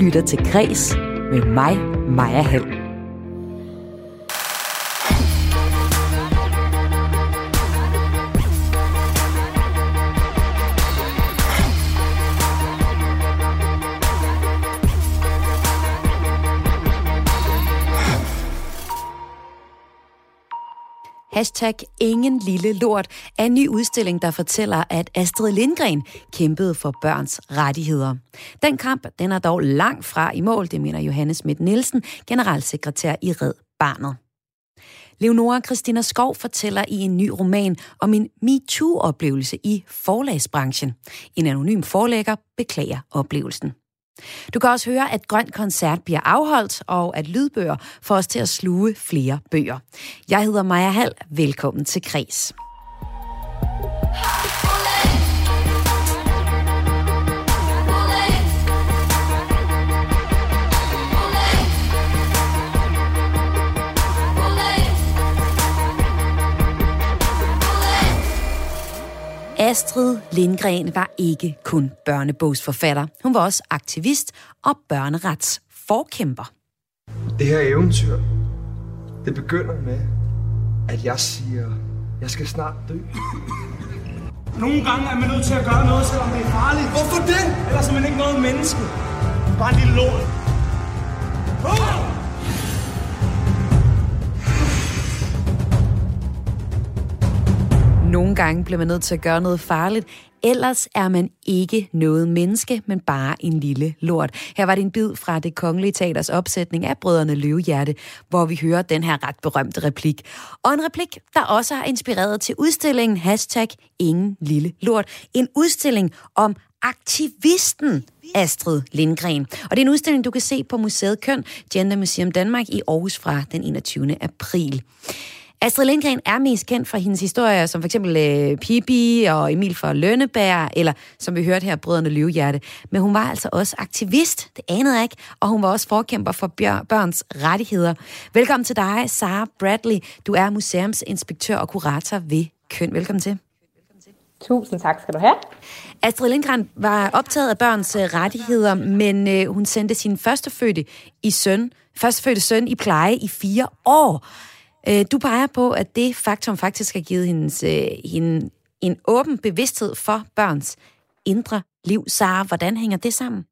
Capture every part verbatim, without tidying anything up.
lytter til Græs med mig, Maja Hall. Hashtag ingen lille lort er en ny udstilling, der fortæller, at Astrid Lindgren kæmpede for børns rettigheder. Den kamp, den er dog langt fra i mål, det mener Johanne Schmidt Nielsen, generalsekretær i Red Barnet. Leonora Christina Skov fortæller i en ny roman om en MeToo-oplevelse i forlagsbranchen. En anonym forlægger beklager oplevelsen. Du kan også høre, at Grøn Koncert bliver afholdt, og at lydbøger får os til at sluge flere bøger. Jeg hedder Maja Hall. Velkommen til Kres. Astrid Lindgren var ikke kun børnebogsforfatter. Hun var også aktivist og børneretsforkæmper. Det her eventyr, det begynder med, at jeg siger, jeg skal snart dø. Nogle gange er man nødt til at gøre noget, selvom det er farligt. Hvorfor det? Ellers er man ikke noget menneske. Bare en lille lort. Oh! Nogle gange bliver man nødt til at gøre noget farligt, ellers er man ikke noget menneske, men bare en lille lort. Her var det en bid fra Det Kongelige Teaters opsætning af Brødrene Løvehjerte, hvor vi hører den her ret berømte replik. Og en replik, der også har inspireret til udstillingen hashtag ingen lille lort. En udstilling om aktivisten Astrid Lindgren. Og det er en udstilling, du kan se på Museet Køn, Gender Museum Danmark i Aarhus fra den enogtyvende april. Astrid Lindgren er mest kendt for hendes historier, som for eksempel øh, Pippi og Emil fra Lønneberg, eller som vi hørte her, Brødrene Løvehjerte. Men hun var altså også aktivist, det anede jeg ikke, og hun var også forkæmper for børns rettigheder. Velkommen til dig, Sara Bradley. Du er museumsinspektør og kurator ved Køn. Velkommen til. Tusind tak skal du have. Astrid Lindgren var optaget af børns rettigheder, men øh, hun sendte sin førstefødte i søn, førstefødte søn i pleje i fire år. Du peger på, at det faktum faktisk har givet hendes, øh, hende en åben bevidsthed for børns indre liv. Sara, hvordan hænger det sammen?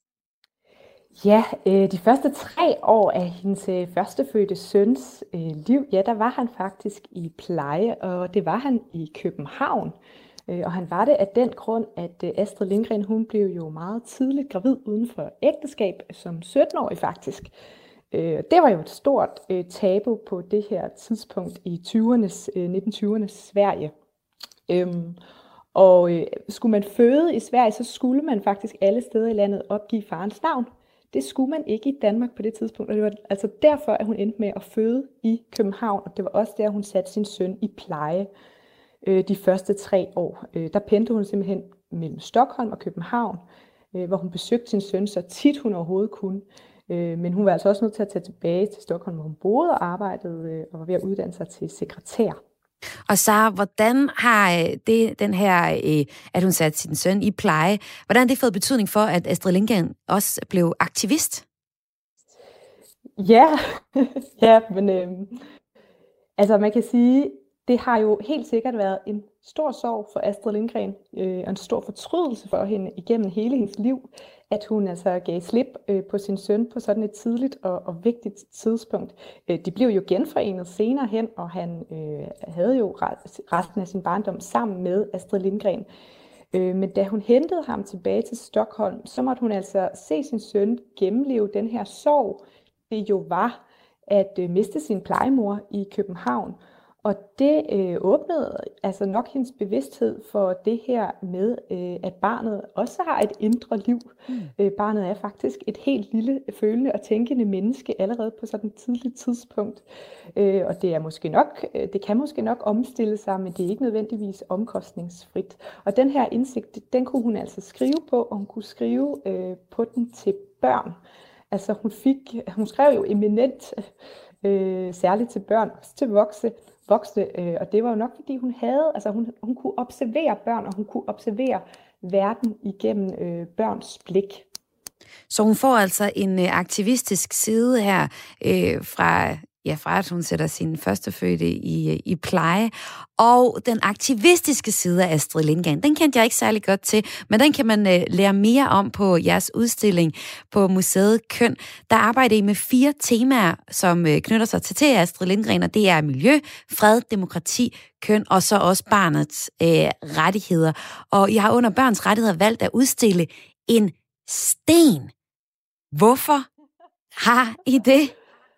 Ja, øh, de første tre år af hendes øh, førstefødte søns øh, liv, ja, der var han faktisk i pleje, og det var han i København. Øh, og han var det af den grund, at øh, Astrid Lindgren, hun blev jo meget tidligt gravid uden for ægteskab, som sytten-årig faktisk. Det var jo et stort øh, tabu på det her tidspunkt i tyvernes, øh, nitten tyvernes Sverige. Øhm, og øh, skulle man føde i Sverige, så skulle man faktisk alle steder i landet opgive farens navn. Det skulle man ikke i Danmark på det tidspunkt, og det var altså derfor, at hun endte med at føde i København, og det var også der, hun satte sin søn i pleje øh, de første tre år. Øh, der pendlede hun simpelthen mellem Stockholm og København, øh, hvor hun besøgte sin søn så tit hun overhovedet kunne. Men hun var altså også nødt til at tage tilbage til Stockholm, hvor hun boede og arbejdede og var ved at uddanne sig til sekretær. Og Sara, hvordan har det, den her, at hun satte sin søn i pleje, hvordan har det fået betydning for, at Astrid Lindgren også blev aktivist? Ja, ja, men øh, altså man kan sige, det har jo helt sikkert været en stor sorg for Astrid Lindgren, øh, og en stor fortrydelse for hende igennem hele hendes liv, at hun altså gav slip øh, på sin søn på sådan et tidligt og, og vigtigt tidspunkt. Øh, de blev jo genforenet senere hen, og han øh, havde jo resten af sin barndom sammen med Astrid Lindgren. Øh, men da hun hentede ham tilbage til Stockholm, så måtte hun altså se sin søn gennemleve den her sorg, det jo var at øh, miste sin plejemor i København. Og det øh, åbnede altså nok hendes bevidsthed for det her med, øh, at barnet også har et indre liv. Mm. Øh, barnet er faktisk et helt lille følende og tænkende menneske allerede på sådan et tidligt tidspunkt. Øh, og det er måske nok, det kan måske nok omstille sig, men det er ikke nødvendigvis omkostningsfrit. Og den her indsigt, den kunne hun altså skrive på, og hun kunne skrive øh, på den til børn. Altså hun fik, hun skrev jo eminent, øh, særligt til børn, også til voksne. voksne øh, og det var jo nok fordi hun havde, altså hun, hun kunne observere børn, og hun kunne observere verden igennem øh, børns blik. Så hun får altså en øh, aktivistisk side her øh, fra... Ja, fra at hun sætter sin førstefødte i, i pleje. Og den aktivistiske side af Astrid Lindgren, den kendte jeg ikke særlig godt til, men den kan man uh, lære mere om på jeres udstilling på Museet Køn. Der arbejder I med fire temaer, som uh, knytter sig til, til Astrid Lindgren, og det er miljø, fred, demokrati, køn og så også barnets uh, rettigheder. Og I har under børns rettigheder valgt at udstille en sten. Hvorfor har I det?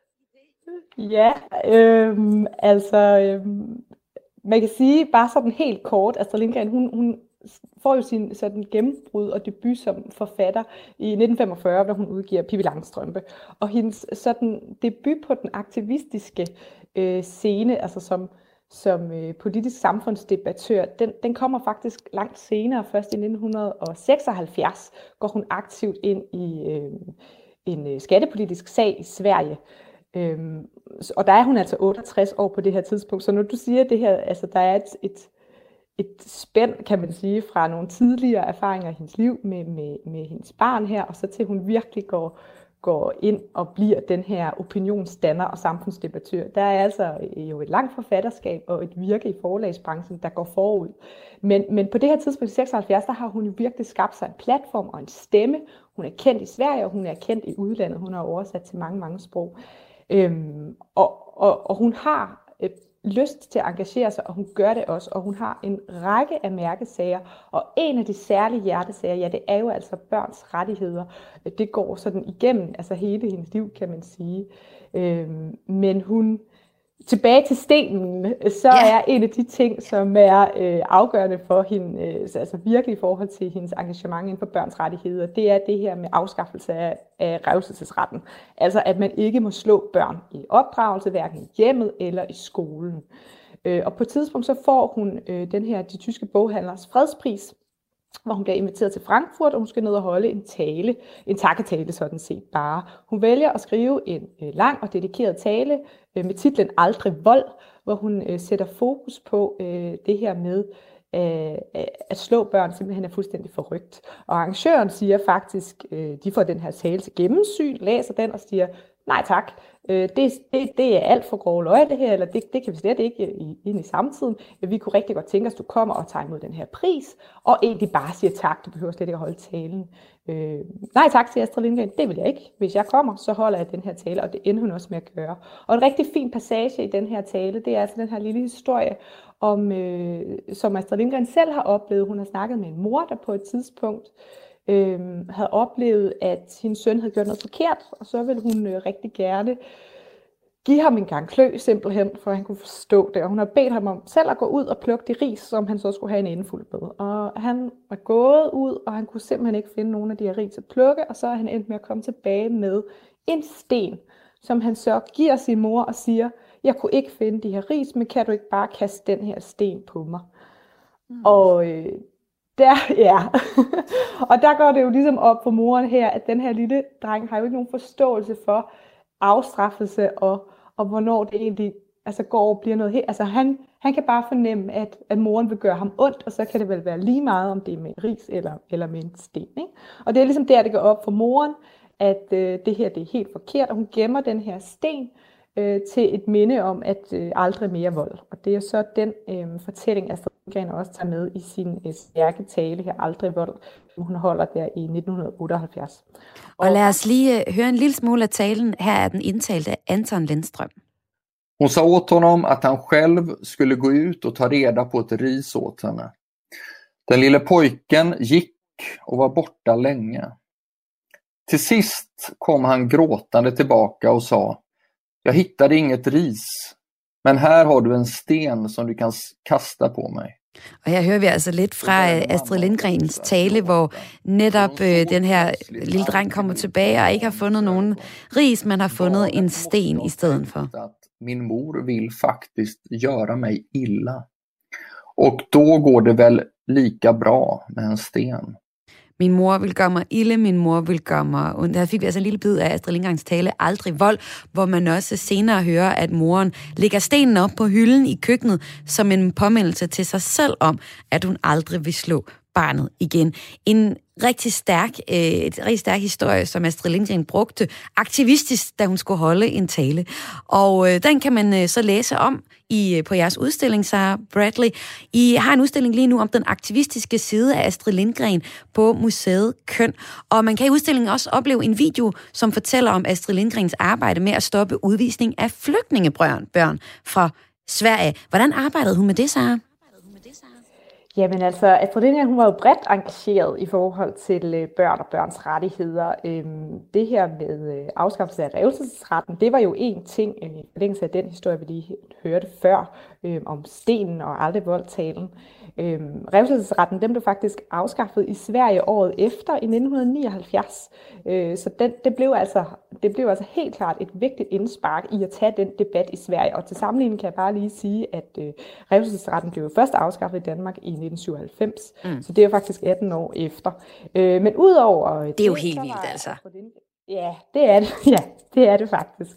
Ja, øhm, altså, øhm, man kan sige bare sådan helt kort, Astrid Lindgren, hun, hun får jo sin sådan gennembrud og debut som forfatter i nitten femogfyrre, hvor hun udgiver Pippi Langstrømpe. Og hendes sådan debut på den aktivistiske øh, scene, altså som, som øh, politisk samfundsdebattør, den, den kommer faktisk langt senere. Først i nitten seksoghalvfjerds går hun aktivt ind i øh, en øh, skattepolitisk sag i Sverige. Øhm, og der er hun altså otteogtres år på det her tidspunkt, så når du siger det her, altså der er et, et, et spænd, kan man sige, fra nogle tidligere erfaringer i hendes liv med, med, med hendes barn her, og så til hun virkelig går, går ind og bliver den her opinionsdanner og samfundsdebattør. Der er altså jo et langt forfatterskab og et virke i forlagsbranchen, der går forud. Men, men på det her tidspunkt i seksoghalvfjerds, der har hun jo virkelig skabt sig en platform og en stemme. Hun er kendt i Sverige, og hun er kendt i udlandet. Hun har oversat til mange, mange sprog. Øhm, og, og, og hun har øh, lyst til at engagere sig, og hun gør det også, og hun har en række af mærkesager, og en af de særlige hjertesager, ja, det er jo altså børns rettigheder. Det går sådan igennem, altså hele hendes liv, kan man sige. Øhm, men hun, tilbage til stenen, så ja. er en af de ting, som er øh, afgørende for hende, øh, altså virkelig i forhold til hendes engagement inden for børns rettigheder, det er det her med afskaffelse af, af revselsesretten. Altså at man ikke må slå børn i opdragelse, hverken i hjemmet eller i skolen. Øh, og på et tidspunkt så får hun øh, den her, de tyske boghandlers fredspris, hvor hun bliver inviteret til Frankfurt, og hun skal ned og holde en tale, en takketale sådan set bare. Hun vælger at skrive en øh, lang og dedikeret tale øh, med titlen Aldrig vold, hvor hun øh, sætter fokus på øh, det her med øh, at slå børn simpelthen er fuldstændig forrygt. Og arrangøren siger faktisk, øh, de får den her tale til gennemsyn, læser den og siger, nej tak, øh, det, det, det er alt for grove løg det her, eller det, det kan vi slet ikke ind i samtiden. Vi kunne rigtig godt tænke os, at du kommer og tager imod den her pris, og egentlig bare siger tak, du behøver slet ikke at holde talen. Øh, nej tak, siger Astrid Lindgren, det vil jeg ikke. Hvis jeg kommer, så holder jeg den her tale, og det ender hun også med at gøre. Og en rigtig fin passage i den her tale, det er altså den her lille historie, om, øh, som Astrid Lindgren selv har oplevet. Hun har snakket med en mor, der på et tidspunkt Øhm, havde oplevet, at hendes søn havde gjort noget forkert, og så ville hun øh, rigtig gerne give ham en gang klø, simpelthen, for at han kunne forstå det. Og hun har bedt ham om selv at gå ud og plukke de ris, som han så skulle have en indfuld med. Og han var gået ud, og han kunne simpelthen ikke finde nogen af de her ris at plukke, og så er han endt med at komme tilbage med en sten, som han så giver sin mor og siger, jeg kunne ikke finde de her ris, men kan du ikke bare kaste den her sten på mig? Mm. Og øh, Der, ja, og der går det jo ligesom op for moren her, at den her lille dreng har jo ikke nogen forståelse for afstraffelse, og, og hvornår det egentlig altså går og bliver noget helt. Altså han, han kan bare fornemme, at, at moren vil gøre ham ondt, og så kan det vel være lige meget, om det er med ris eller, eller med en sten. Ikke? Og det er ligesom der, det går op for moren, at øh, det her det er helt forkert, og hun gemmer den her sten øh, til et minde om, at øh, aldrig mere vold. Og det er så den øh, fortælling, Astrid Lindgren også tager med i sin øh, stærke tale her, Aldrig vold, som hun holder der i nitten otteoghalvfjerds. Og, og lad os lige høre en lille smule af talen. Her er den indtalt af Anton Lindström. Hon sa åt honom att han själv skulle gå ut och ta reda på ett ris åt henne. Den lille pojken gick och var borta länge. Till sist kom han gråtande tillbaka och sa, jag hittade inget ris, men här har du en sten som du kan kasta på mig. Og her hører vi altså lidt fra Astrid Lindgrens tale, hvor netop øh, den her lille dreng kommer tilbage og ikke har fundet nogen ris, men har fundet en sten i stedet for. Min mor vill faktiskt göra mig illa. Och då går det väl lika bra med en sten. Min mor vil gøre mig ilde, min mor vil gøre mig ondt. Her fik vi altså en lille bid af Astrid Lindgrens tale, Aldrig vold, hvor man også senere hører, at moren lægger stenen op på hylden i køkkenet som en påmindelse til sig selv om, at hun aldrig vil slå barnet igen. En rigtig stærk, øh, et rigtig stærk historie, som Astrid Lindgren brugte aktivistisk, da hun skulle holde en tale. Og øh, den kan man øh, så læse om i, på jeres udstilling, Sarah Bradley. I har en udstilling lige nu om den aktivistiske side af Astrid Lindgren på museet Køn. Og man kan i udstillingen også opleve en video, som fortæller om Astrid Lindgrens arbejde med at stoppe udvisning af flygtningebørn børn fra Sverige. Hvordan arbejdede hun med det, Sarah? Jamen altså, Astrid Lindgren, hun var jo bredt engageret i forhold til børn og børns rettigheder. Det her med afskaffelse af revselsesretten, det var jo en ting, i forlængelse af den historie, vi lige hørte før, om stenen og aldrig voldtalen. Revselsesretten, den blev faktisk afskaffet i Sverige året efter, i nitten nioghalvfjerds. Så den, det, blev altså, det blev altså helt klart et vigtigt indspark i at tage den debat i Sverige. Og til sammenligning kan jeg bare lige sige, at øh, revselsesretten blev først afskaffet i Danmark i nitten syvoghalvfems. Mm. Så det er jo faktisk atten år efter. Øh, men udover... Det er det, jo helt vildt, altså. Ja, det er det. Ja, det er det faktisk.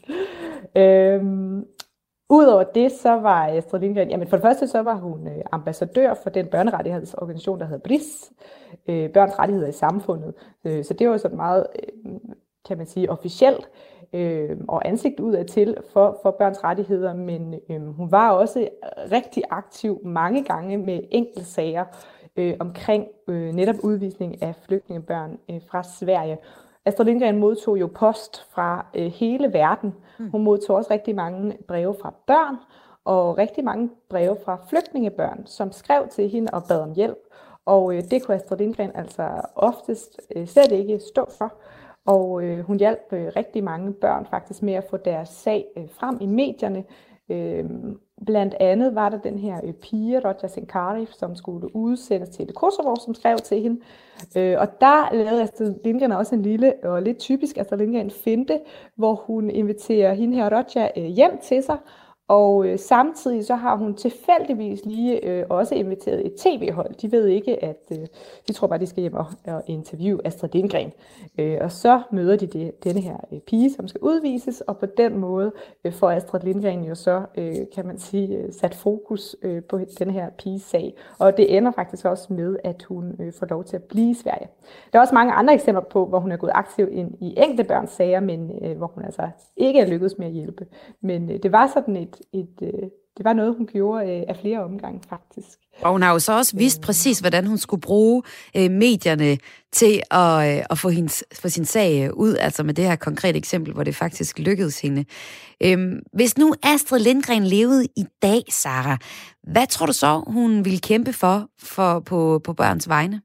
Øhm, Udover det, så var Astrid Lindgren, jamen for det første, så var hun øh, ambassadør for den børnerettighedsorganisation, der hedder B R I S, øh, Børns Rettigheder i Samfundet. Øh, så det var sådan meget, øh, kan man sige, officielt øh, og ansigt udad til for, for børns rettigheder, men øh, hun var også rigtig aktiv mange gange med enkelte sager øh, omkring øh, netop udvisning af flygtningebørn øh, fra Sverige. Astrid Lindgren modtog jo post fra øh, hele verden. Hun modtog også rigtig mange breve fra børn, og rigtig mange breve fra flygtningebørn, som skrev til hende og bad om hjælp. Og øh, det kunne Astrid Lindgren altså oftest øh, slet ikke stå for. Og øh, hun hjalp øh, rigtig mange børn faktisk med at få deres sag øh, frem i medierne. Øh, blandt andet var der den her øh, pige, Rodja Senkari, som skulle udsendes til Kosovo, som skrev til hende. Øh, og der lavede Astrid Lindgren også en lille og lidt typisk Astrid Lindgren finte, hvor hun inviterer hende her Rodja øh, hjem til sig. Og øh, samtidig så har hun tilfældigvis lige øh, også inviteret et tv-hold. De ved ikke, at øh, de tror bare, de skal hjem og, og interviewe Astrid Lindgren. Øh, og så møder de det, denne her øh, pige, som skal udvises, og på den måde øh, får Astrid Lindgren jo så, øh, kan man sige, øh, sat fokus øh, på den her piges sag. Og det ender faktisk også med, at hun øh, får lov til at blive i Sverige. Der er også mange andre eksempler på, hvor hun er gået aktiv ind i enkelte børns sager, men øh, hvor hun altså ikke er lykkedes med at hjælpe. Men øh, det var sådan et Et, øh, det var noget, hun gjorde øh, af flere omgange, faktisk. Og hun har jo så også vidst præcis, hvordan hun skulle bruge øh, medierne til at, øh, at få, hendes, få sin sag ud, altså med det her konkrete eksempel, hvor det faktisk lykkedes hende. Øhm, hvis nu Astrid Lindgren levede i dag, Sarah, hvad tror du så, hun ville kæmpe for, for på, på børns vegne?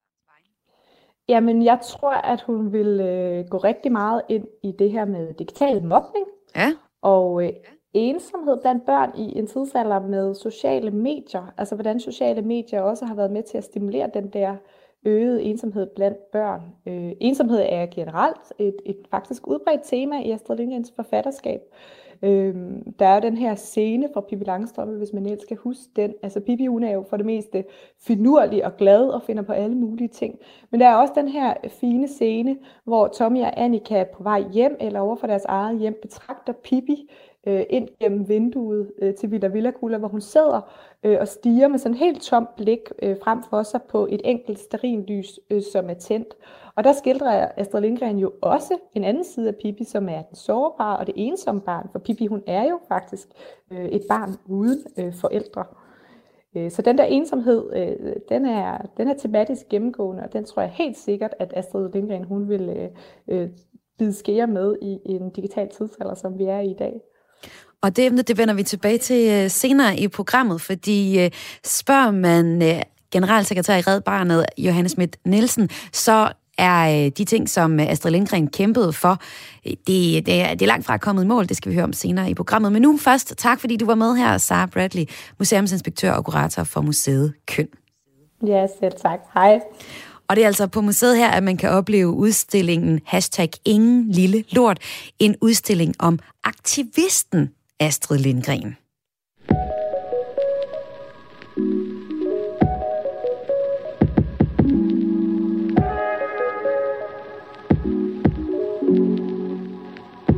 Jamen, jeg tror, at hun ville øh, gå rigtig meget ind i det her med digital mobning. Ja. Og øh, ensomhed blandt børn i en tidsalder med sociale medier. Altså hvordan sociale medier også har været med til at stimulere den der øgede ensomhed blandt børn. Øh, ensomhed er generelt et, et faktisk udbredt tema i Astrid Lindgrens forfatterskab. Øh, der er den her scene fra Pippi Langstrømpe, hvis man ellers skal huske den. Altså Pippi, hun er jo for det meste finurlig og glad og finder på alle mulige ting. Men der er også den her fine scene, hvor Tommy og Annika på vej hjem eller over for deres eget hjem betragter Pippi øh, ind gennem vinduet øh, til Villa Villakula, hvor hun sidder øh, og stiger med sådan et helt tomt blik øh, frem for sig på et enkelt stearinlys, øh, som er tændt. Og der skildrer Astrid Lindgren jo også en anden side af Pippi, som er den sårbare og det ensomme barn. For Pippi, hun er jo faktisk øh, et barn uden øh, forældre. Øh, så den der ensomhed, øh, den, er, den er tematisk gennemgående, og den tror jeg helt sikkert, at Astrid Lindgren hun vil øh, øh, bide skære med i en digital tidsalder, som vi er i i dag. Og det emne, det vender vi tilbage til senere i programmet, fordi øh, spørger man øh, generalsekretær i Red Barnet, Johanne Schmidt Nielsen, så er de ting, som Astrid Lindgren kæmpede for, det, det, er, det er langt fra kommet i mål. Det skal vi høre om senere i programmet. Men nu først, tak fordi du var med her, Sarah Bradley, museumsinspektør og kurator for museet Køn. Ja, selv tak. Hej. Og det er altså på museet her, at man kan opleve udstillingen hashtag ingen lille lort. En udstilling om aktivisten Astrid Lindgren.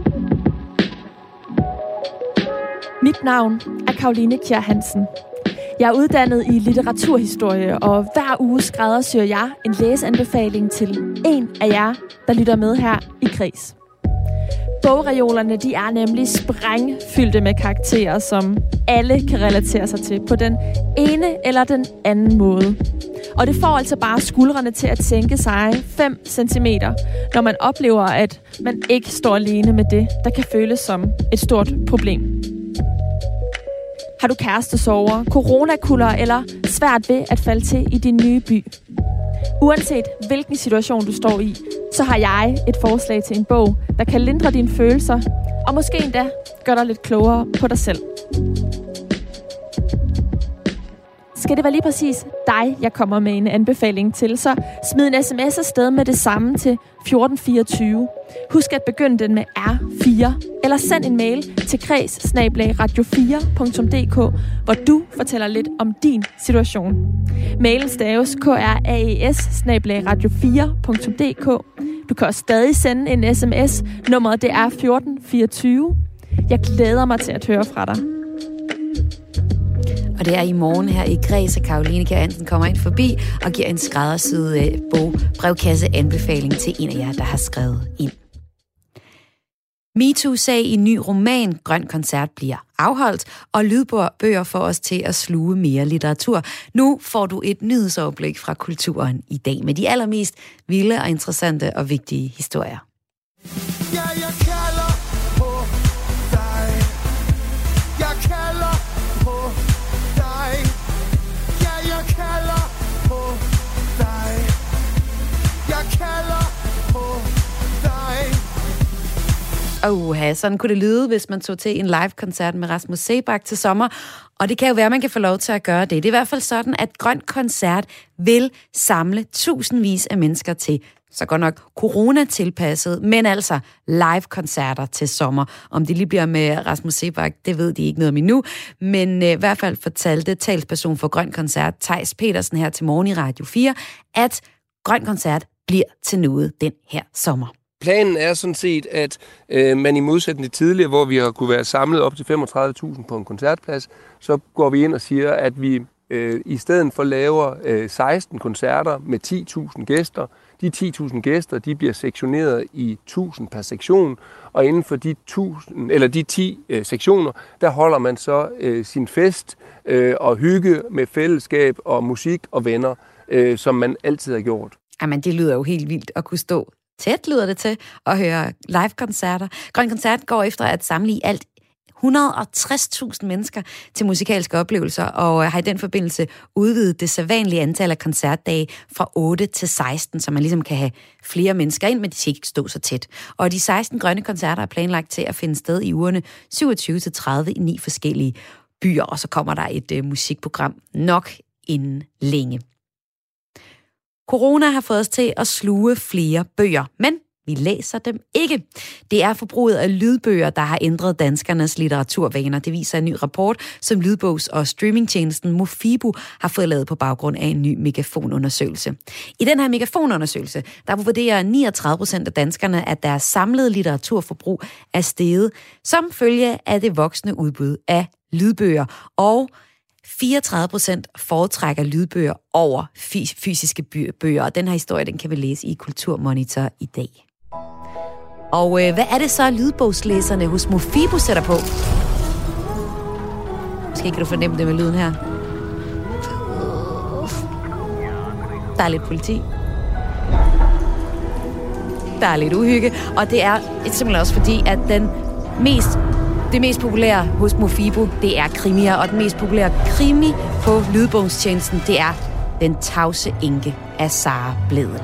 Mit navn er Karoline Kjær Hansen. Jeg er uddannet i litteraturhistorie, og hver uge skræddersyr jeg en læseanbefaling til en af jer, der lytter med her i Kres. Bogreolerne, de er nemlig sprængfyldte med karakterer, som alle kan relatere sig til på den ene eller den anden måde. Og det får altså bare skuldrene til at tænke sig fem centimeter, når man oplever, at man ikke står alene med det, der kan føles som et stort problem. Har du kærestesorger, coronakulder eller svært ved at falde til i din nye by? Uanset hvilken situation du står i, så har jeg et forslag til en bog, der kan lindre dine følelser, og måske endda gøre dig lidt klogere på dig selv. Skal det være lige præcis dig, jeg kommer med en anbefaling til, så smid en sms afsted med det samme til fjorten fireogtyve. Husk at begynde den med R fire, eller send en mail til kres bindestreg radio fire punktum d k, hvor du fortæller lidt om din situation. Mailen staves kraes bindestreg radio fire punktum d k. Du kan også stadig sende en sms. Nummeret det er fjorten fireogtyve. Jeg glæder mig til at høre fra dig. Og det er i morgen her i Kres, at Caroline Kjær Hansen kommer ind forbi og giver en skræddersyet bog brevkasse anbefaling til en af jer, der har skrevet ind. MeToo-sag i ny roman, Grøn Koncert, bliver afholdt, og lydbøger får os til at sluge mere litteratur. Nu får du et nyhedsoverblik fra kulturen i dag med de allermest vilde og interessante og vigtige historier. Ja, jeg kalder på dig. Jeg kalder på dig. Ja, jeg kalder på dig. Jeg kalder på dig. Oha, sådan kunne det lyde, hvis man tog til en live-koncert med Rasmus Seebach til sommer. Og det kan jo være, at man kan få lov til at gøre det. Det er i hvert fald sådan, at Grøn Koncert vil samle tusindvis af mennesker til, så godt nok corona-tilpasset, men altså live-koncerter til sommer. Om det lige bliver med Rasmus Seebach, det ved de ikke noget om endnu. Men øh, i hvert fald fortalte talsperson for Grøn Koncert, Theis Petersen her til morgen i Radio fire, at Grøn Koncert bliver til noget den her sommer. Planen er sådan set, at øh, man i modsætning til tidligere, hvor vi har kunne være samlet op til femogtredive tusind på en koncertplads, så går vi ind og siger, at vi øh, i stedet for laver øh, seksten koncerter med ti tusind gæster. De ti tusind gæster, de bliver sektioneret i tusind per sektion, og inden for de, tusind, eller de ti øh, sektioner, der holder man så øh, sin fest øh, og hygge med fællesskab og musik og venner, øh, som man altid har gjort. Jamen, det lyder jo helt vildt at kunne stå tæt, lyder det til, at høre live-koncerter. Grøn Koncert går efter at samle i alt et hundrede og tres tusind mennesker til musikalske oplevelser, og har i den forbindelse udvidet det sædvanlige antal af koncertdage fra otte til seksten, så man ligesom kan have flere mennesker ind, men de skal ikke stå så tæt. Og de seksten grønne koncerter er planlagt til at finde sted i ugerne syvogtyve til tredive i ni forskellige byer, og så kommer der et uh, musikprogram nok inden længe. Corona har fået os til at sluge flere bøger, men vi læser dem ikke. Det er forbruget af lydbøger, der har ændret danskernes litteraturvaner. Det viser en ny rapport, som lydbogs- og streamingtjenesten Mofibo har fået lavet på baggrund af en ny megafonundersøgelse. I den her megafonundersøgelse, der vurderer niogtredive procent af danskerne, at deres samlede litteraturforbrug er steget, som følge af det voksende udbud af lydbøger, og fireogtredive procent foretrækker lydbøger over fysiske bøger, og den her historie, den kan vi læse i Kulturmonitor i dag. Og øh, hvad er det så, lydbogslæserne hos Mofibo sætter på? Måske kan du fornemme det med lyden her. Der er lidt politi. Der er lidt uhygge, og det er simpelthen også fordi, at den mest Det mest populære hos Mofibo, det er krimier, og den mest populære krimi på lydbogstjenesten, det er Den tavse enke af Sara Blædel.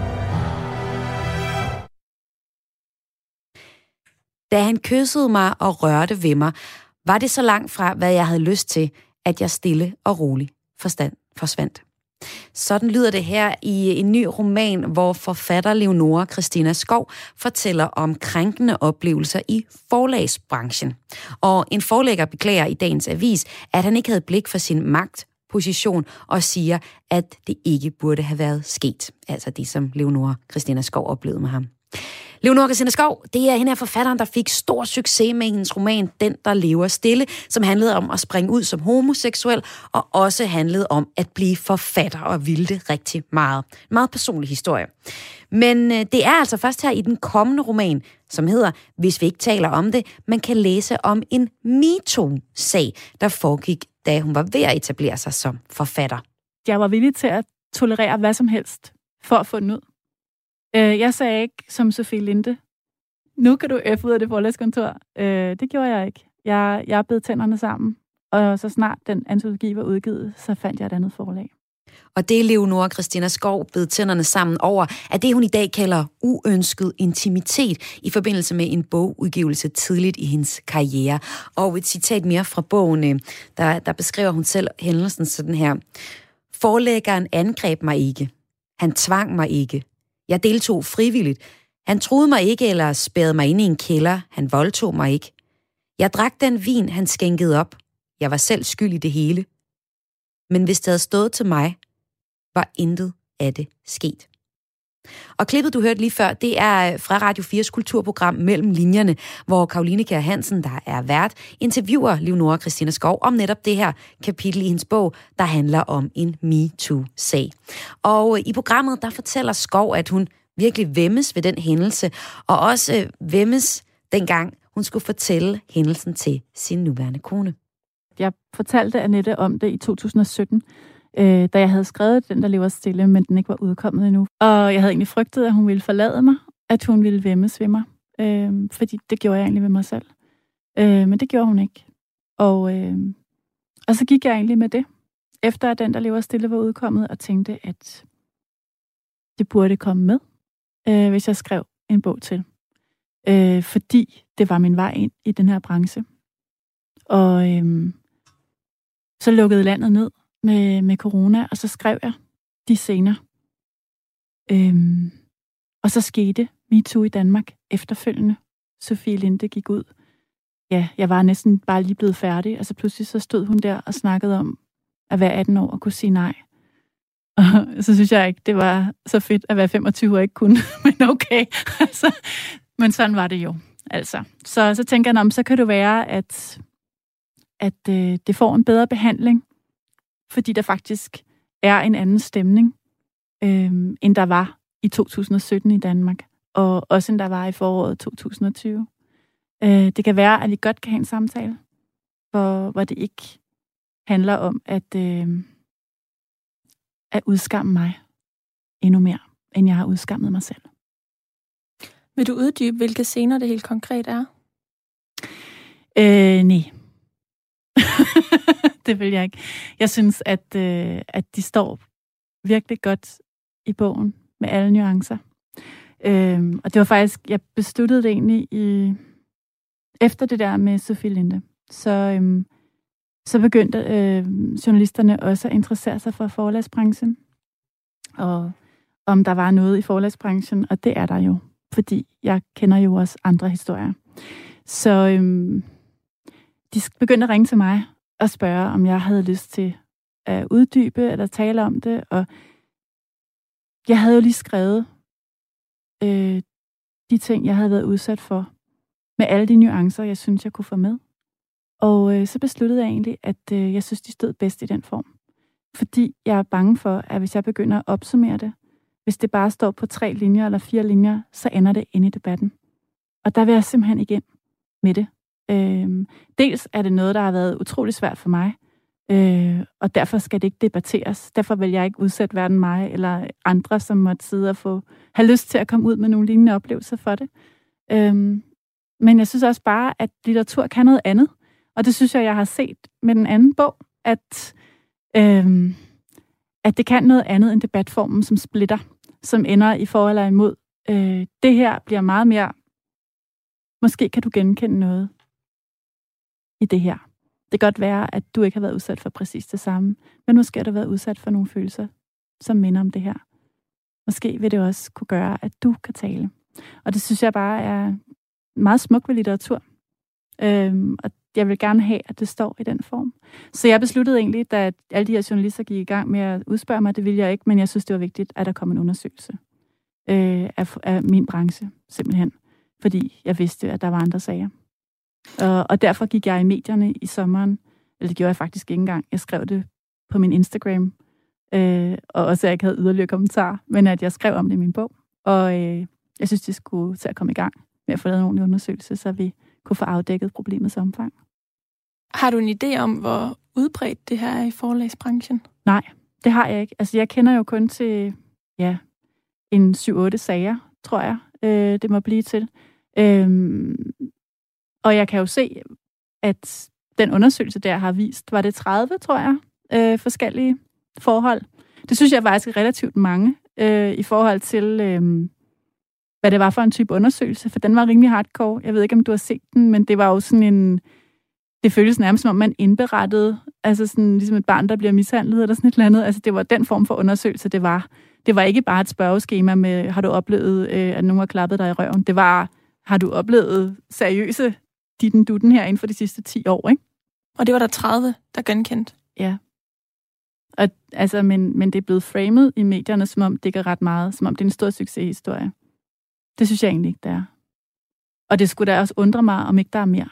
Da han kyssede mig og rørte ved mig, var det så langt fra, hvad jeg havde lyst til, at jeg stille og roligt forstand forsvandt. Sådan lyder det her i en ny roman, hvor forfatter Leonora Christina Skov fortæller om krænkende oplevelser i forlagsbranchen. Og en forlægger beklager i dagens avis, at han ikke havde blik for sin magtposition og siger, at det ikke burde have været sket. Altså det, som Leonora Christina Skov oplevede med ham. Leonora Christina Skov, det er hende her forfatteren, der fik stor succes med hendes roman Den, der lever stille, som handlede om at springe ud som homoseksuel, og også handlede om at blive forfatter, og ville det rigtig meget. En meget personlig historie. Men det er altså først her i den kommende roman, som hedder Hvis vi ikke taler om det, man kan læse om en MeToo-sag, der foregik, da hun var ved at etablere sig som forfatter. Jeg var villig til at tolerere hvad som helst for at få den ud. Jeg sagde ikke som Sofie Linde, nu kan du F ud af det forlæskontor. Det gjorde jeg ikke. Jeg, jeg bed tænderne sammen, og så snart den antologi var udgivet, så fandt jeg et andet forlag. Og det er Leonora Christina Skov bed tænderne sammen over, at det hun i dag kalder uønsket intimitet i forbindelse med en bogudgivelse tidligt i hendes karriere. Og et citat mere fra bogen, der, der beskriver hun selv hændelsen sådan her. Forlæggeren angreb mig ikke. Han tvang mig ikke. Jeg deltog frivilligt. Han truede mig ikke eller spærrede mig ind i en kælder. Han voldtog mig ikke. Jeg drak den vin, han skænkede op. Jeg var selv skyld i det hele. Men hvis det havde stået til mig, var intet af det sket. Og klippet, du hørte lige før, det er fra Radio fires kulturprogram Mellem Linjerne, hvor Caroline Kjær Hansen, der er vært, interviewer Leonora Christina Skov om netop det her kapitel i hendes bog, der handler om en MeToo-sag. Og i programmet, der fortæller Skov, at hun virkelig væmmes ved den hændelse, og også væmmes dengang hun skulle fortælle hændelsen til sin nuværende kone. Jeg fortalte Annette om det i to tusind og sytten, øh, da jeg havde skrevet Den, der lever stille, men den ikke var udkommet endnu. Og jeg havde egentlig frygtet, at hun ville forlade mig, at hun ville væmmes ved mig, øh, fordi det gjorde jeg egentlig ved mig selv. Øh, men det gjorde hun ikke. Og, øh, og så gik jeg egentlig med det, efter at Den, der lever stille, var udkommet, og tænkte, at det burde komme med, øh, hvis jeg skrev en bog til. Øh, fordi det var min vej ind i den her branche. Og øhm, så lukkede landet ned med, med corona, og så skrev jeg de scener. Øhm, og så skete MeToo i Danmark efterfølgende. Sofie Linde gik ud. Ja, jeg var næsten bare lige blevet færdig, og så pludselig så stod hun der og snakkede om at være atten år og kunne sige nej. Og så synes jeg ikke, det var så fedt at være femogtyve og ikke kunne, men okay. altså, men sådan var det jo. Altså. Så, så tænker jeg, om så kan det være, at at øh, det får en bedre behandling, fordi der faktisk er en anden stemning, øh, end der var i to tusind og sytten i Danmark, og også end der var i foråret to tusind og tyve. Øh, det kan være, at vi godt kan have en samtale, hvor, hvor det ikke handler om at, øh, at udskamme mig endnu mere, end jeg har udskammet mig selv. Vil du uddybe, hvilke scener det helt konkret er? Øh, nej. Det vil jeg ikke. Jeg synes, at, øh, at de står virkelig godt i bogen med alle nuancer. Øhm, og det var faktisk, jeg besluttede det egentlig i, efter det der med Sofie Linde. Så, øhm, så begyndte øh, journalisterne også at interessere sig for forlagsbranchen. Og om der var noget i forlagsbranchen, og det er der jo. Fordi jeg kender jo også andre historier. Så øhm, de begyndte at ringe til mig og spørge, om jeg havde lyst til at uddybe eller tale om det. Og jeg havde jo lige skrevet øh, de ting, jeg havde været udsat for, med alle de nuancer, jeg synes, jeg kunne få med. Og øh, så besluttede jeg egentlig, at øh, jeg synes, de stod bedst i den form. Fordi jeg er bange for, at hvis jeg begynder at opsummere det, hvis det bare står på tre linjer eller fire linjer, så ender det inde i debatten. Og der vil jeg simpelthen igen med det. Øhm, dels er det noget, der har været utrolig svært for mig, øh, og derfor skal det ikke debatteres. Derfor vil jeg ikke udsætte hverken mig eller andre, som måtte sidde og få, have lyst til at komme ud med nogle lignende oplevelser for det. Øhm, men jeg synes også bare, at litteratur kan noget andet. Og det synes jeg, jeg har set med den anden bog, at, øhm, at det kan noget andet end debatformen, som splitter, som ender i for eller imod. Øh, det her bliver meget mere, måske kan du genkende noget i det her. Det kan godt være, at du ikke har været udsat for præcis det samme, men måske har du været udsat for nogle følelser, som minder om det her. Måske vil det også kunne gøre, at du kan tale. Og det synes jeg bare er meget smukt ved litteratur. Øhm, og jeg vil gerne have, at det står i den form. Så jeg besluttede egentlig, da alle de her journalister gik i gang med at udspørge mig, det ville jeg ikke, men jeg synes, det var vigtigt, at der kom en undersøgelse. øh, af, af min branche, simpelthen. Fordi jeg vidste, at der var andre sager. Og, og derfor gik jeg i medierne i sommeren, eller det gjorde jeg faktisk ikke engang. Jeg skrev det på min Instagram, øh, og også at jeg ikke havde yderligere kommentarer, men at jeg skrev om det i min bog. Og øh, jeg synes, det skulle til at komme i gang med at få lavet en ordentlig undersøgelse, så vi kunne få afdækket problemets omfang. Har du en idé om, hvor udbredt det her er i forlagsbranchen? Nej, det har jeg ikke. Altså, jeg kender jo kun til ja, en syv otte sager, tror jeg, øh, det må blive til. Øhm, og jeg kan jo se, at den undersøgelse der har vist, var det tredive, tror jeg, øh, forskellige forhold. Det synes jeg faktisk er relativt mange øh, i forhold til, øh, hvad det var for en type undersøgelse, for den var rimelig hardcore. Jeg ved ikke, om du har set den, men det var jo sådan en... Det føltes nærmest, som om man indberettede, altså sådan ligesom et barn, der bliver mishandlet eller sådan et eller andet. Altså det var den form for undersøgelse, det var. Det var ikke bare et spørgeskema med, har du oplevet, øh, at nogen har klappet dig i røven? Det var, har du oplevet seriøse ditten dutten her inden for de sidste ti år, ikke? Og det var der tredive, der genkendt. Ja. Og, altså, men, men det er blevet framet i medierne, som om det ikke er ret meget, som om det er en stor succeshistorie. Det synes jeg egentlig ikke, det er. Og det skulle da også undre mig, om ikke der er mere.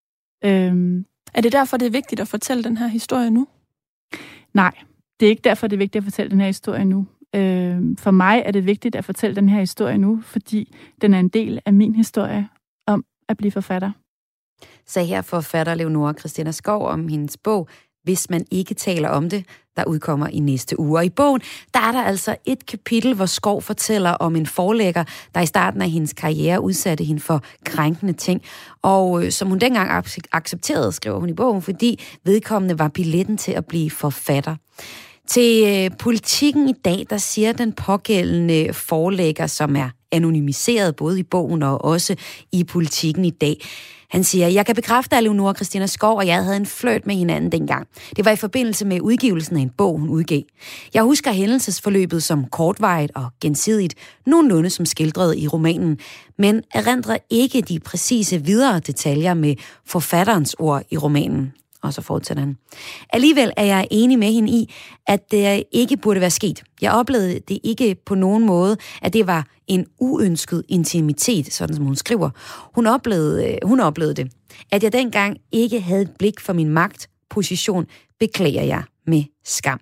Øhm, er det derfor, det er vigtigt at fortælle den her historie nu? Nej, det er ikke derfor, det er vigtigt at fortælle den her historie nu. Øhm, for mig er det vigtigt at fortælle den her historie nu, fordi den er en del af min historie om at blive forfatter. Sagde her forfatter Leonora Christina Skov om hendes bog, Hvis man ikke taler om det, der udkommer i næste uge. Og i bogen, der er der altså et kapitel, hvor Skov fortæller om en forlægger, der i starten af hendes karriere udsatte hende for krænkende ting. Og øh, som hun dengang accepterede, skriver hun i bogen, fordi vedkommende var billetten til at blive forfatter. Til øh, Politikken i dag, der siger den pågældende forlægger, som er anonymiseret både i bogen og også i Politikken i dag. Han siger, jeg kan bekræfte, at Leonora Christina Skov og jeg havde en flirt med hinanden dengang. Det var i forbindelse med udgivelsen af en bog, hun udgav. Jeg husker hændelsesforløbet som kortvarigt og gensidigt, nogenlunde som skildret i romanen, men erindrer ikke de præcise videre detaljer med forfatterens ord i romanen. Og så fortsætter han. Alligevel er jeg enig med hende i, at det ikke burde være sket. Jeg oplevede det ikke på nogen måde, at det var en uønsket intimitet, sådan som hun skriver. Hun oplevede, hun oplevede det. At jeg dengang ikke havde et blik for min magtposition, beklager jeg med skam.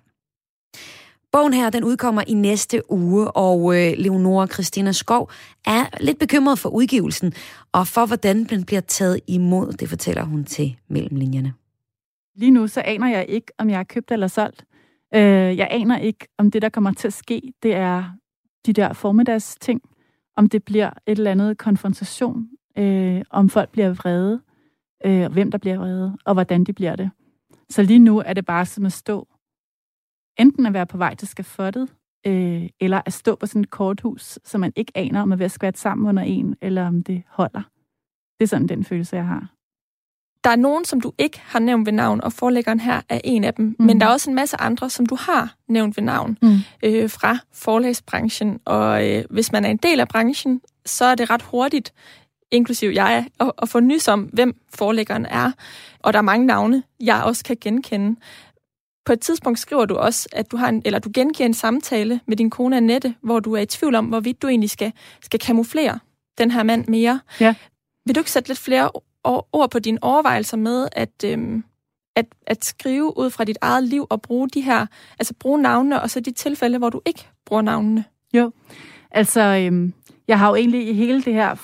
Bogen her, den udkommer i næste uge, og øh, Leonora Christina Skov er lidt bekymret for udgivelsen, og for hvordan den bliver taget imod, det fortæller hun til Mellemlinjerne. Lige nu, så aner jeg ikke, om jeg er købt eller solgt. Øh, jeg aner ikke, om det, der kommer til at ske, det er de der formiddags ting. Om det bliver et eller andet konfrontation. Øh, om folk bliver vrede. Øh, hvem der bliver vrede. Og hvordan de bliver det. Så lige nu er det bare som at stå. Enten at være på vej til skafottet, øh, eller at stå på sådan et korthus, så man ikke aner, om man er ved at skvatte sammen under en, eller om det holder. Det er sådan den følelse, jeg har. Der er nogen, som du ikke har nævnt ved navn, og forlæggeren her er en af dem. Mm. Men der er også en masse andre, som du har nævnt ved navn mm. øh, fra forlægsbranchen. Og øh, hvis man er en del af branchen, så er det ret hurtigt, inklusiv jeg, at, at få nys om, hvem forlæggeren er. Og der er mange navne, jeg også kan genkende. På et tidspunkt skriver du også, at du har en, eller du gengiver en samtale med din kone Annette, hvor du er i tvivl om, hvorvidt du egentlig skal, skal kamuflere den her mand mere. Ja. Vil du ikke sætte lidt flere ord på dine overvejelser med at, øhm, at, at skrive ud fra dit eget liv og bruge de her, altså bruge navnene, og så de tilfælde, hvor du ikke bruger navnene? Jo, altså øhm, jeg har jo egentlig i hele det her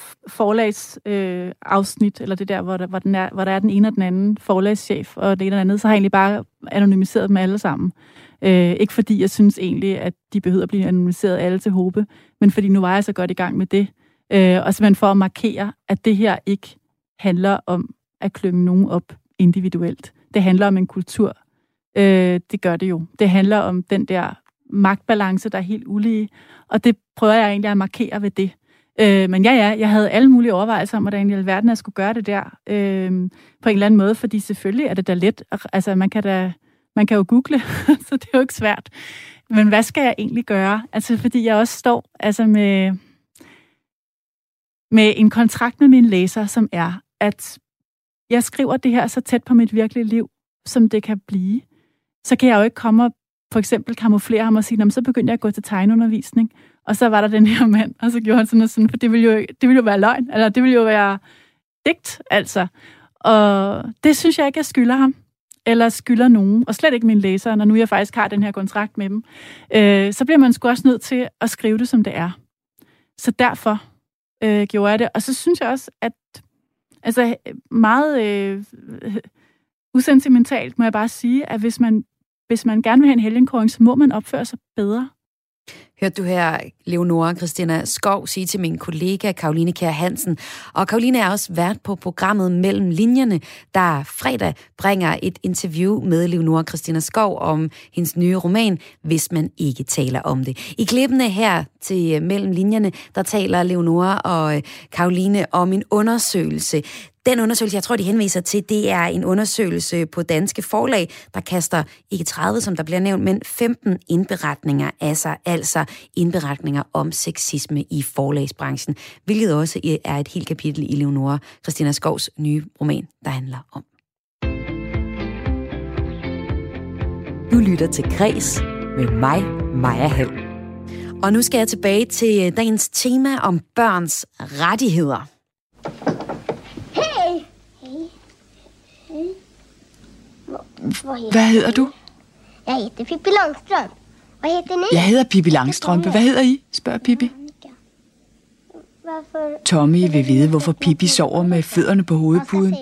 forlagsafsnit, øh, eller det der, hvor der, hvor, den er, hvor der er den ene og den anden forlagschef, og det ene og den anden, så har jeg egentlig bare anonymiseret dem alle sammen. Øh, ikke fordi jeg synes egentlig, at de behøver at blive anonymiseret alle til hobe, men fordi nu var jeg så godt i gang med det. Øh, og simpelthen for at markere, at det her ikke handler om at klynge nogen op individuelt. Det handler om en kultur. Øh, det gør det jo. Det handler om den der magtbalance, der er helt ulige. Og det prøver jeg egentlig at markere ved det. Øh, men ja, ja, jeg havde alle mulige overvejelser om, hvordan i alverden jeg skulle gøre det der øh, på en eller anden måde, fordi selvfølgelig er det da let. Altså, man kan, da, man kan jo google, så det er jo ikke svært. Men hvad skal jeg egentlig gøre? Altså, fordi jeg også står altså med, med en kontrakt med mine læsere, som er, at jeg skriver det her så tæt på mit virkelige liv, som det kan blive. Så kan jeg jo ikke komme og for eksempel kamuflere ham og sige, så begyndte jeg at gå til tegneundervisning, Og så var der den her mand, og så gjorde han sådan og sådan, for det ville jo, det ville jo være løgn, eller det ville jo være digt, altså. Og det synes jeg ikke, jeg skylder ham, eller skylder nogen, og slet ikke mine læsere, når nu jeg faktisk har den her kontrakt med dem. Øh, så bliver man sgu også nødt til at skrive det, som det er. Så derfor øh, gjorde jeg det. Og så synes jeg også, at altså meget øh, usentimentalt må jeg bare sige, at hvis man, hvis man gerne vil have en helgenkåring, så må man opføre sig bedre. Hørte du her Leonora Christina Skov sige til min kollega Caroline Kjær Hansen. Og Caroline er også vært på programmet Mellem Linjerne, der fredag bringer et interview med Leonora Christina Skov om hendes nye roman, Hvis man ikke taler om det. I klippene her til Mellem Linjerne, der taler Leonora og Caroline om en undersøgelse. Den undersøgelse, jeg tror, de henviser til, det er en undersøgelse på Danske Forlag, der kaster ikke tredive, som der bliver nævnt, men femten indberetninger af sig, altså indberetninger om sexisme i forlagsbranchen, hvilket også er et helt kapitel i Leonora Christina Skovs nye roman, der handler om. Du lytter til Kres med mig, Maja Hall. Og nu skal jeg tilbage til dagens tema om børns rettigheder. Hvad hedder du? Jeg hedder Pippi Langstrømpe. Hvad hedder ni? Jeg hedder Pippi Langstrømpe. Hvad hedder I? Spørger Pippi. Hvorfor? Tommy vil vide, hvorfor Pippi sover med fødderne på hovedpuden.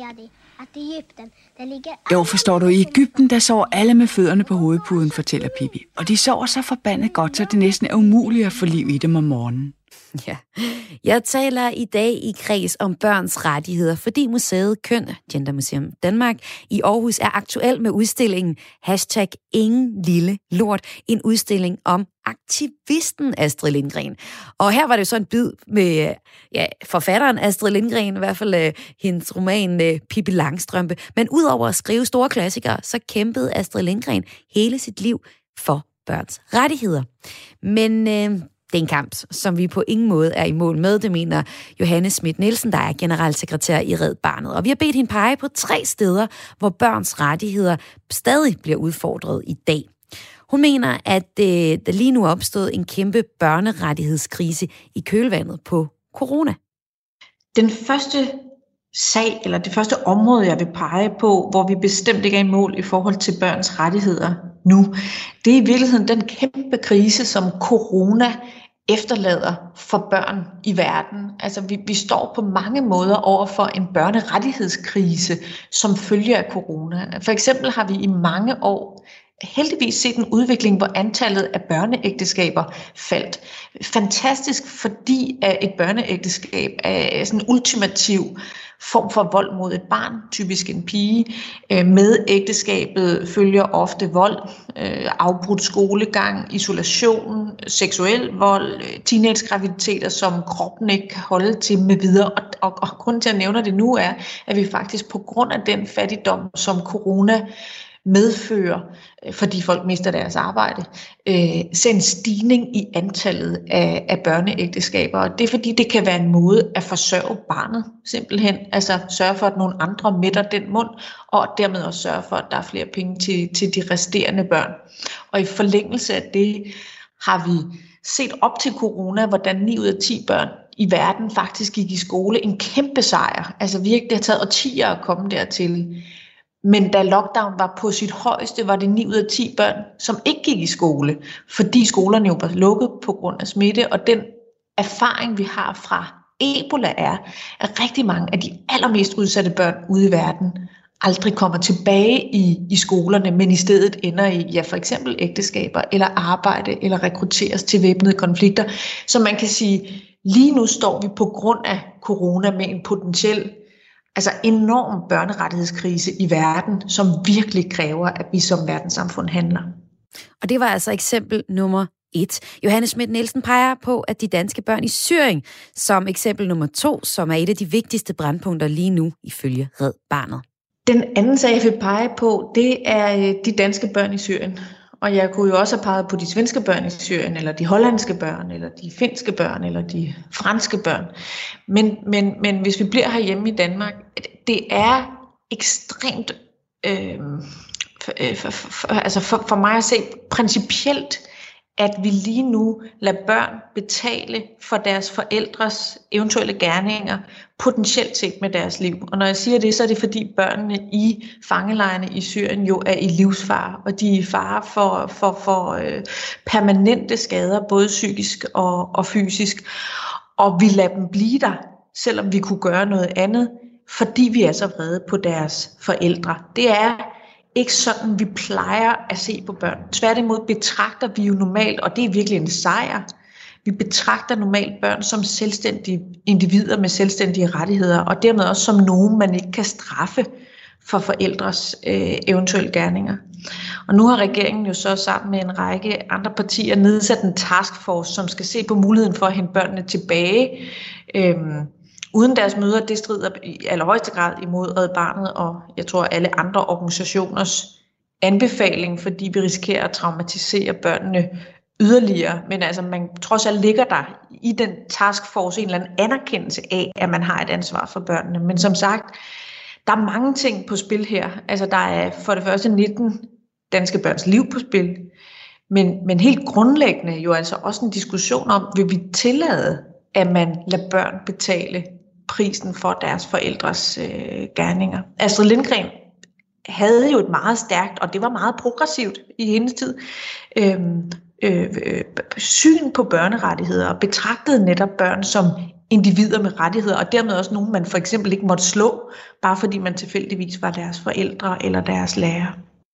Jo, forstår du, i Egypten, der sover alle med fødderne på hovedpuden, fortæller Pippi. Og de sover så forbandet godt, så det næsten er umuligt at få liv i dem om morgenen. Ja. Jeg taler i dag i Kreds om børns rettigheder, fordi museet Køn, Gender Museum Danmark, i Aarhus er aktuel med udstillingen hashtag Ingen Lille Lort, en udstilling om aktivisten Astrid Lindgren. Og her var det jo så en bid med ja, forfatteren Astrid Lindgren, i hvert fald uh, hendes roman uh, Pippi Langstrømpe. Men udover at skrive store klassikere, så kæmpede Astrid Lindgren hele sit liv for børns rettigheder. Men uh, det er en kamp, som vi på ingen måde er i mål med, det mener Johanne Schmidt Nielsen, der er generalsekretær i Red Barnet. Og vi har bedt hende pege på tre steder, hvor børns rettigheder stadig bliver udfordret i dag. Hun mener, at øh, der lige nu er opstået en kæmpe børnerettighedskrise i kølvandet på corona. Den første sag, eller det første område, jeg vil pege på, hvor vi bestemt ikke er i mål i forhold til børns rettigheder nu, det er i virkeligheden den kæmpe krise, som corona efterlader for børn i verden. Altså vi, vi står på mange måder over for en børnerettighedskrise, som følger af corona. For eksempel har vi i mange år heldigvis set en udvikling, hvor antallet af børneægteskaber faldt. Fantastisk, fordi at et børneægteskab er sådan en ultimativ form for vold mod et barn, typisk en pige. Med ægteskabet følger ofte vold, afbrudt skolegang, isolation, seksuel vold, teenagegraviditeter, som kroppen ikke kan holde til med videre. Og, og, og grunden til at nævne det nu er, at vi faktisk på grund af den fattigdom, som corona medfører, fordi folk mister deres arbejde, øh, ser en stigning i antallet af, af børneægteskaber. Og det er fordi, det kan være en måde at forsørge barnet, simpelthen. Altså sørge for, at nogle andre mætter den mund, og dermed også sørge for, at der er flere penge til, til de resterende børn. Og i forlængelse af det har vi set op til corona, hvordan ni ud af ti børn i verden faktisk gik i skole. En kæmpe sejr. Altså virkelig, det har taget årtier at komme dertil. Men da lockdown var på sit højeste, var det ni ud af ti børn, som ikke gik i skole, fordi skolerne jo var lukket på grund af smitte. Og den erfaring, vi har fra Ebola, er, at rigtig mange af de allermest udsatte børn ude i verden aldrig kommer tilbage i, i skolerne, men i stedet ender i ja, for eksempel ægteskaber, eller arbejde, eller rekrutteres til væbnede konflikter. Så man kan sige, lige nu står vi på grund af corona med en potentiel Altså enorm børnerettighedskrise i verden, som virkelig kræver, at vi som verdenssamfund handler. Og det var altså eksempel nummer et. Johanne Schmidt Nielsen peger på, at de danske børn i Syrien som eksempel nummer to, som er et af de vigtigste brandpunkter lige nu ifølge Red Barnet. Den anden sag, jeg vil pege på, det er de danske børn i Syrien. Og jeg kunne jo også have peget på de svenske børn i Syrien, eller de hollandske børn, eller de finske børn, eller de franske børn. Men, men, men hvis vi bliver herhjemme i Danmark, det er ekstremt, øh, for, for, for, altså for, for mig at se, principielt at vi lige nu lader børn betale for deres forældres eventuelle gerninger, potentielt set med deres liv. Og når jeg siger det, så er det fordi børnene i fangelejrene i Syrien jo er i livsfare, og de er i fare for, for, for øh, permanente skader, både psykisk og, og fysisk. Og vi lader dem blive der, selvom vi kunne gøre noget andet, fordi vi er så vrede på deres forældre. Det er ikke sådan, vi plejer at se på børn. Tværtimod betragter vi jo normalt, og det er virkelig en sejr, vi betragter normalt børn som selvstændige individer med selvstændige rettigheder, og dermed også som nogen, man ikke kan straffe for forældres øh, eventuelle gerninger. Og nu har regeringen jo så sammen med en række andre partier nedsat en taskforce, som skal se på muligheden for at hente børnene tilbage, øhm, uden deres mødre. Det strider i allerhøjeste grad imod Red Barnet og jeg tror alle andre organisationers anbefaling, fordi vi risikerer at traumatisere børnene yderligere. Men altså man trods alt ligger der i den taskforce en eller anden anerkendelse af, at man har et ansvar for børnene. Men som sagt, der er mange ting på spil her. Altså der er for det første nitten danske børns liv på spil, men, men helt grundlæggende jo altså også en diskussion om, vil vi tillade, at man lader børn betale prisen for deres forældres øh, gerninger. Astrid Lindgren havde jo et meget stærkt, og det var meget progressivt i hendes tid, øh, øh, øh, syn på børnerettigheder, og betragtede netop børn som individer med rettigheder, og dermed også nogen, man for eksempel ikke måtte slå, bare fordi man tilfældigvis var deres forældre eller deres lærer.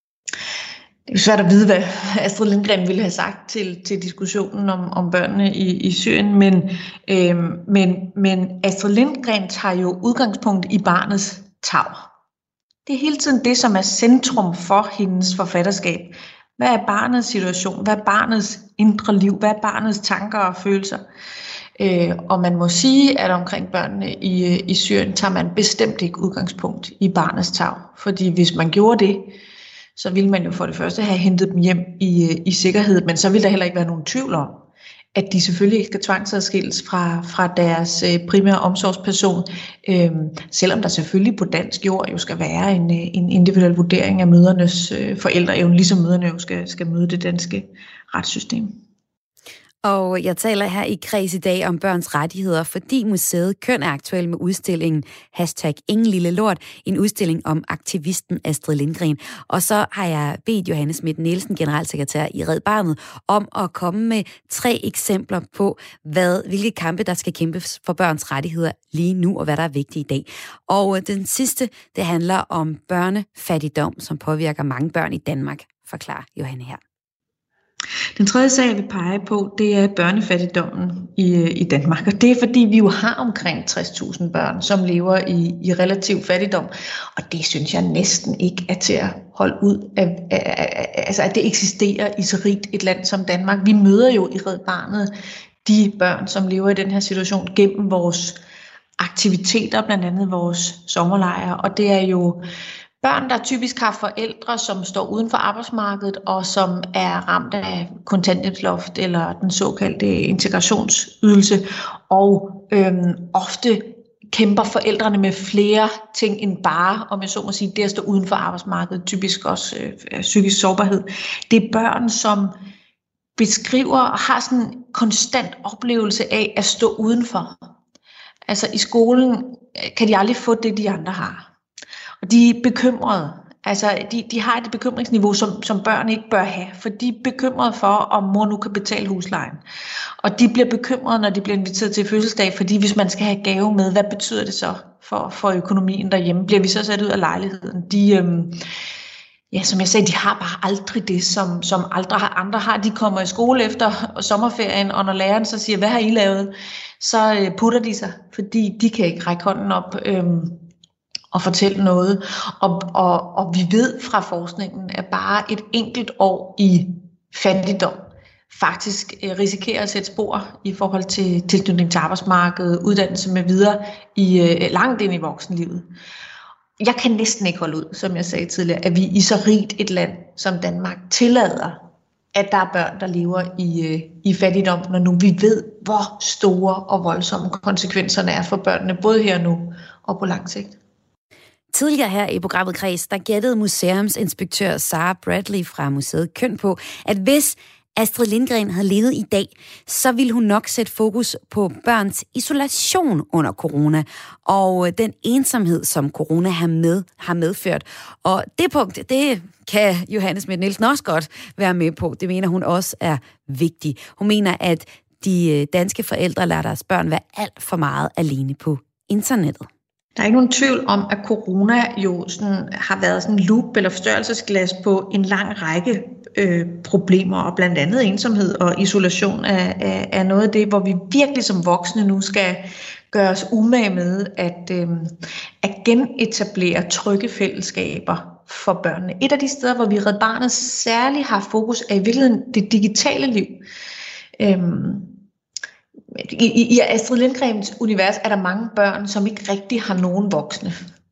Det er svært at vide, hvad Astrid Lindgren ville have sagt til, til diskussionen om, om børnene i, i Syrien, men, øh, men, men Astrid Lindgren tager jo udgangspunkt i barnets tarv. Det er hele tiden det, som er centrum for hendes forfatterskab. Hvad er barnets situation? Hvad er barnets indre liv? Hvad er barnets tanker og følelser? Øh, og man må sige, at omkring børnene i, i Syrien tager man bestemt ikke udgangspunkt i barnets tarv. Fordi hvis man gjorde det, så ville man jo for det første have hentet dem hjem i, i sikkerhed, men så ville der heller ikke være nogen tvivl om, at de selvfølgelig ikke skal tvangsadskilles fra, fra deres øh, primære omsorgsperson, øh, selvom der selvfølgelig på dansk jord jo skal være en, en individuel vurdering af mødernes øh, forældreevne, ligesom møderne jo skal, skal møde det danske retssystem. Og jeg taler her i Kreds i dag om børns rettigheder, fordi museet Køn er aktuel med udstillingen hashtag Ingen Lille Lort, en udstilling om aktivisten Astrid Lindgren. Og så har jeg bedt Johanne Schmidt Nielsen, generalsekretær i Red Barnet, om at komme med tre eksempler på, hvad, hvilke kampe der skal kæmpes for børns rettigheder lige nu, og hvad der er vigtigt i dag. Og den sidste, det handler om børnefattigdom, som påvirker mange børn i Danmark. Forklar Johanne her. Den tredje sag, jeg vil pege på, det er børnefattigdommen i, i Danmark. Og det er fordi, vi jo har omkring tres tusind børn, som lever i, i relativ fattigdom. Og det synes jeg næsten ikke er til at holde ud af, af, af, altså at det eksisterer i så rigt et land som Danmark. Vi møder jo i Red Barnet de børn, som lever i den her situation gennem vores aktiviteter, blandt andet vores sommerlejre. Og det er jo børn, der typisk har forældre, som står uden for arbejdsmarkedet, og som er ramt af kontanthjælpsloft eller den såkaldte integrationsydelse, og øhm, ofte kæmper forældrene med flere ting end bare, om jeg så må sige, det at stå uden for arbejdsmarkedet, typisk også øh, psykisk sårbarhed. Det er børn, som beskriver og har sådan en konstant oplevelse af at stå udenfor. Altså i skolen kan de aldrig få det, de andre har. Og de er bekymrede. Altså, de, de har et bekymringsniveau, som, som børn ikke bør have, for de er bekymrede for, om mor nu kan betale huslejen. Og de bliver bekymrede, når de bliver inviteret til fødselsdag, fordi hvis man skal have gave med, hvad betyder det så for, for økonomien derhjemme? Bliver vi så sat ud af lejligheden? De, øhm, ja, som jeg sagde, de har bare aldrig det, som, som aldrig har, andre har. De kommer i skole efter sommerferien, og når læreren så siger, hvad har I lavet? Så øh, putter de sig, fordi de kan ikke række hånden op øhm, og fortælle noget. Og, og, og vi ved fra forskningen, at bare et enkelt år i fattigdom faktisk øh, risikerer at sætte spor i forhold til tilknytning til arbejdsmarkedet, uddannelse med videre i øh, langt ind i voksenlivet. Jeg kan næsten ikke holde ud, som jeg sagde tidligere, at vi i så rigt et land som Danmark tillader, at der er børn, der lever i, øh, i fattigdom, når nu vi ved, hvor store og voldsomme konsekvenserne er for børnene, både her nu og på lang sigt. Tidligere her i programmet Kreds, der gættede museumsinspektør Sarah Bradley fra Museet Køn på, at hvis Astrid Lindgren havde levet i dag, så ville hun nok sætte fokus på børns isolation under corona, og den ensomhed, som corona har, med, har medført. Og det punkt, det kan Johanne Schmidt-Nielsen også godt være med på. Det mener hun også er vigtigt. Hun mener, at de danske forældre lader deres børn være alt for meget alene på internettet. Der er ikke nogen tvivl om, at corona jo sådan har været sådan en loop eller forstørrelsesglas på en lang række øh, problemer, og blandt andet ensomhed og isolation er, er, er noget af det, hvor vi virkelig som voksne nu skal gøre os umage med at, øh, at genetablere trygge fællesskaber for børnene. Et af de steder, hvor vi i Red Barnet særligt har fokus, er i virkeligheden det digitale liv. Øhm, I, i, I Astrid Lindgrens univers er der mange børn, som ikke rigtig har nogen voksne.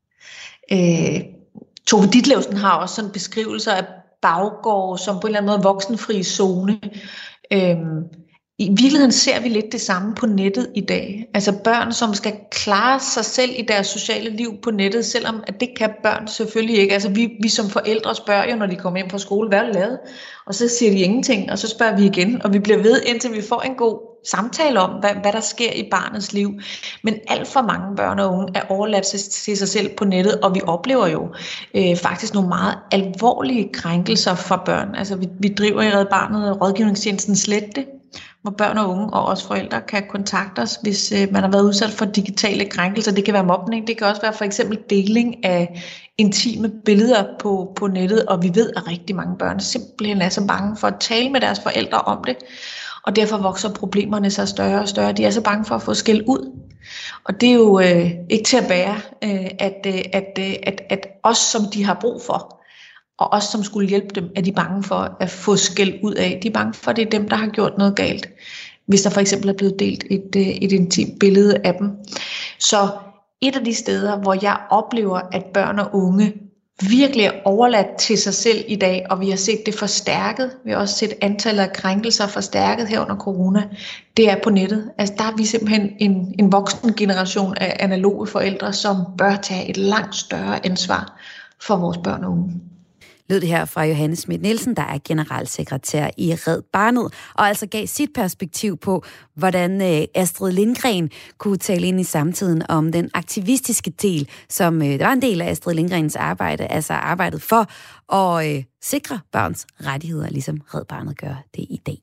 Øh, Tove Ditlevsen har også sådan beskrivelser af baggård som på en eller anden måde voksenfri zone. Øh, I virkeligheden ser vi lidt det samme på nettet i dag. Altså børn, som skal klare sig selv i deres sociale liv på nettet, selvom at det kan børn selvfølgelig ikke. Altså vi, vi som forældre spørger jo, når de kommer ind på skole, hvad er det lavet? Og så siger de ingenting, og så spørger vi igen, og vi bliver ved, indtil vi får en god samtale om, hvad, hvad der sker i barnets liv. Men alt for mange børn og unge er overladt til, til sig selv på nettet, og vi oplever jo øh, faktisk nogle meget alvorlige krænkelser for børn. Altså vi, vi driver i Red Barnet rådgivningstjenesten Slette, hvor børn og unge og også forældre kan kontakte os, hvis øh, man har været udsat for digitale krænkelser. Det kan være mobning, det kan også være for eksempel deling af intime billeder på, på nettet, og vi ved, at rigtig mange børn simpelthen er så bange for at tale med deres forældre om det, og derfor vokser problemerne sig større og større. De er så bange for at få skæld ud, og det er jo øh, ikke til at bære, øh, at, øh, at, øh, at, at os, som de har brug for, og os, som skulle hjælpe dem, er de bange for at få skæld ud af. De er bange for, at det er dem, der har gjort noget galt, hvis der for eksempel er blevet delt et, et intimt billede af dem. Så et af de steder, hvor jeg oplever, at børn og unge virkelig er overladt til sig selv i dag, og vi har set det forstærket, vi har også set antallet af krænkelser forstærket her under corona, det er på nettet. Altså der er vi simpelthen en, en voksen generation af analoge forældre, som bør tage et langt større ansvar for vores børn og unge. Lød det her fra Johanne Schmidt-Nielsen, der er generalsekretær i Red Barnet, og altså gav sit perspektiv på, hvordan Astrid Lindgren kunne tale ind i samtiden om den aktivistiske del, som det var en del af Astrid Lindgrens arbejde, altså arbejdet for at øh, sikre børns rettigheder, ligesom Red Barnet gør det i dag.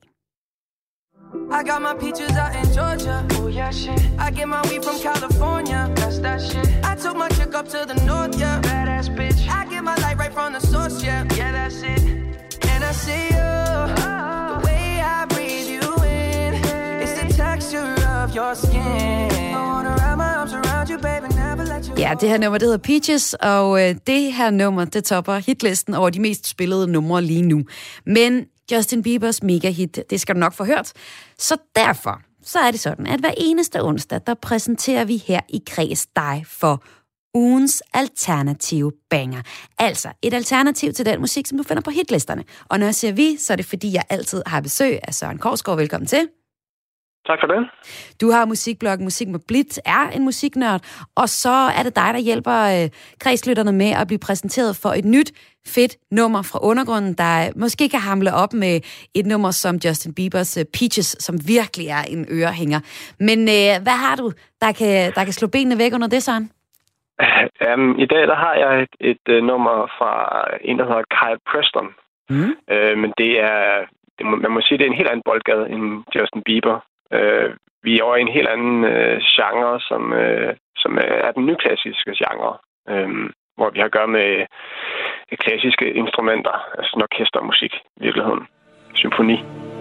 I got my peaches out in Georgia. Oh yeah, shit. I get my weed from California. That's that shit. I took my chick up to the north, yeah. Badass bitch. I get my light right from the source, yeah. Yeah, that's it. And I see you. Oh. The way I breathe you in. It's the texture of your skin. I wanna wrap my arms around you, baby. Never let you. Ja, det her nummer, det hedder Peaches, og øh, det her nummer, det topper hitlisten over de mest spillede numre lige nu. Men Justin Biebers mega-hit, det skal du nok få hørt. Så derfor, så er det sådan, at hver eneste onsdag, der præsenterer vi her i Kreds dig for ugens alternative banger. Altså et alternativ til den musik, som du finder på hitlisterne. Og når jeg siger vi, så er det fordi, jeg altid har besøg af Søren Korsgaard. Velkommen til. Tak for det. Du har musikbloggen Musik med Blidt, er en musiknørd, og så er det dig, der hjælper øh, kredslytterne med at blive præsenteret for et nyt, fedt nummer fra undergrunden, der måske kan hamle op med et nummer som Justin Biebers uh, Peaches, som virkelig er en ørehænger. Men øh, hvad har du, der kan, der kan slå benene væk under det, Søren? Um, I dag der har jeg et, et uh, nummer fra en, der hedder Kyle Preston. Mm. Uh, men det er, det må, man må sige, det er en helt anden boldgade end Justin Bieber. Uh, vi er over i en helt anden uh, genre, som, uh, som er den nyklassiske genre, um, hvor vi har at gøre med uh, klassiske instrumenter, altså en orkestermusik i virkeligheden, symfoni.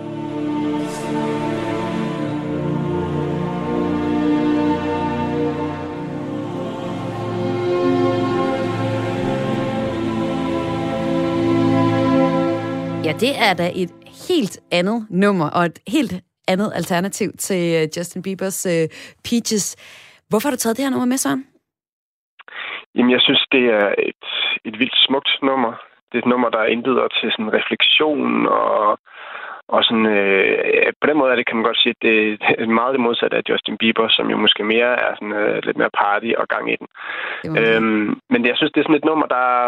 Ja, det er da et helt andet nummer, og et helt andet alternativ til Justin Biebers uh, Peaches. Hvorfor har du taget det her nummer med, Søren? Jamen, jeg synes, det er et, et vildt smukt nummer. Det er et nummer, der indbyder til sådan refleksion, og, og sådan, øh, på den måde er det, kan man godt sige, at det er meget det modsatte af Justin Bieber, som jo måske mere er sådan, øh, lidt mere party og gang i den. Øhm, men jeg synes, det er sådan et nummer, der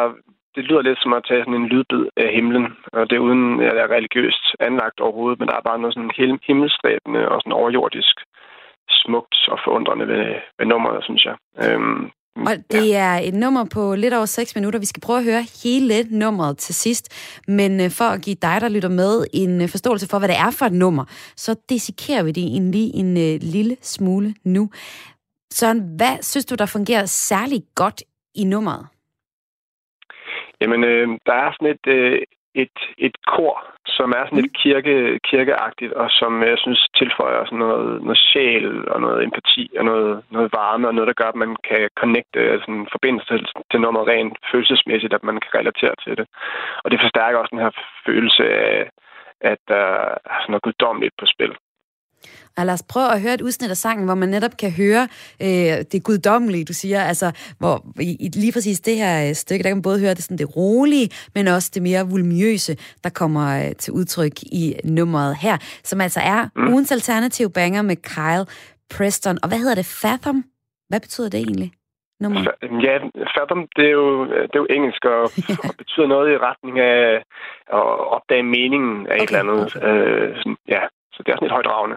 det lyder lidt som at tage sådan en lydbid af himlen, og det er uden at det er religiøst anlagt overhovedet, men der er bare noget sådan himmelstræbende og sådan overjordisk smukt og forundrende ved, ved nummeret, synes jeg. Øhm, Og det ja. er et nummer på lidt over seks minutter. Vi skal prøve at høre hele nummeret til sidst. Men for at give dig, der lytter med, en forståelse for, hvad det er for et nummer, så dissekerer vi det en, lige en uh, lille smule nu. Søren, hvad synes du, der fungerer særlig godt i nummeret? Jamen, øh, der er sådan et, øh, et, et kor, som er sådan mm. lidt kirke, kirkeagtigt, og som jeg synes tilføjer sådan noget, noget sjæl og noget empati og noget, noget varme, og noget, der gør, at man kan connecte, altså en forbindelse til, til nummeret rent følelsesmæssigt, at man kan relatere til det. Og det forstærker også den her følelse af, at der er sådan noget guddommeligt på spil. Og lad os prøve at høre et udsnit af sangen, hvor man netop kan høre øh, det guddommelige, du siger. Altså, hvor i, lige præcis det her stykke, der kan man både høre det, sådan det rolige, men også det mere vulmiøse, der kommer øh, til udtryk i nummeret her, som altså er mm. ugens alternativ banger med Kyle Preston. Og hvad hedder det? Fathom? Hvad betyder det egentlig? Nummer? Ja, Fathom, det er jo, det er jo engelsk, og, og betyder noget i retning af at opdage meningen af okay, et eller andet. Okay. Øh, sådan, ja, så det er sådan lidt højdragende.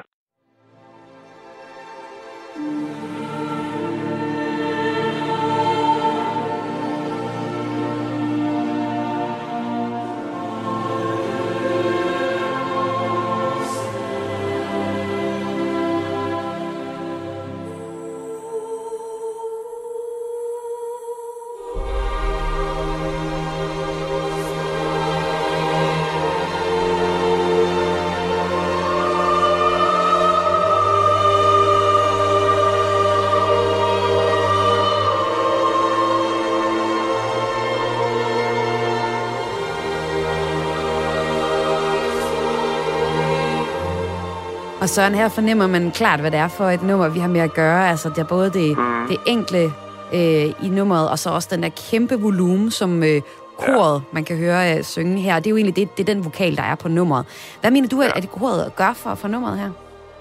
Og Søren, her fornemmer man klart, hvad det er for et nummer, vi har med at gøre. Altså, det er både det, mm. det enkle øh, i nummeret, og så også den der kæmpe volumen, som øh, koret, ja. man kan høre øh, synge her. Det er jo egentlig det, det er den vokal, der er på nummeret. Hvad mener du, at det koret gør for, for nummeret her?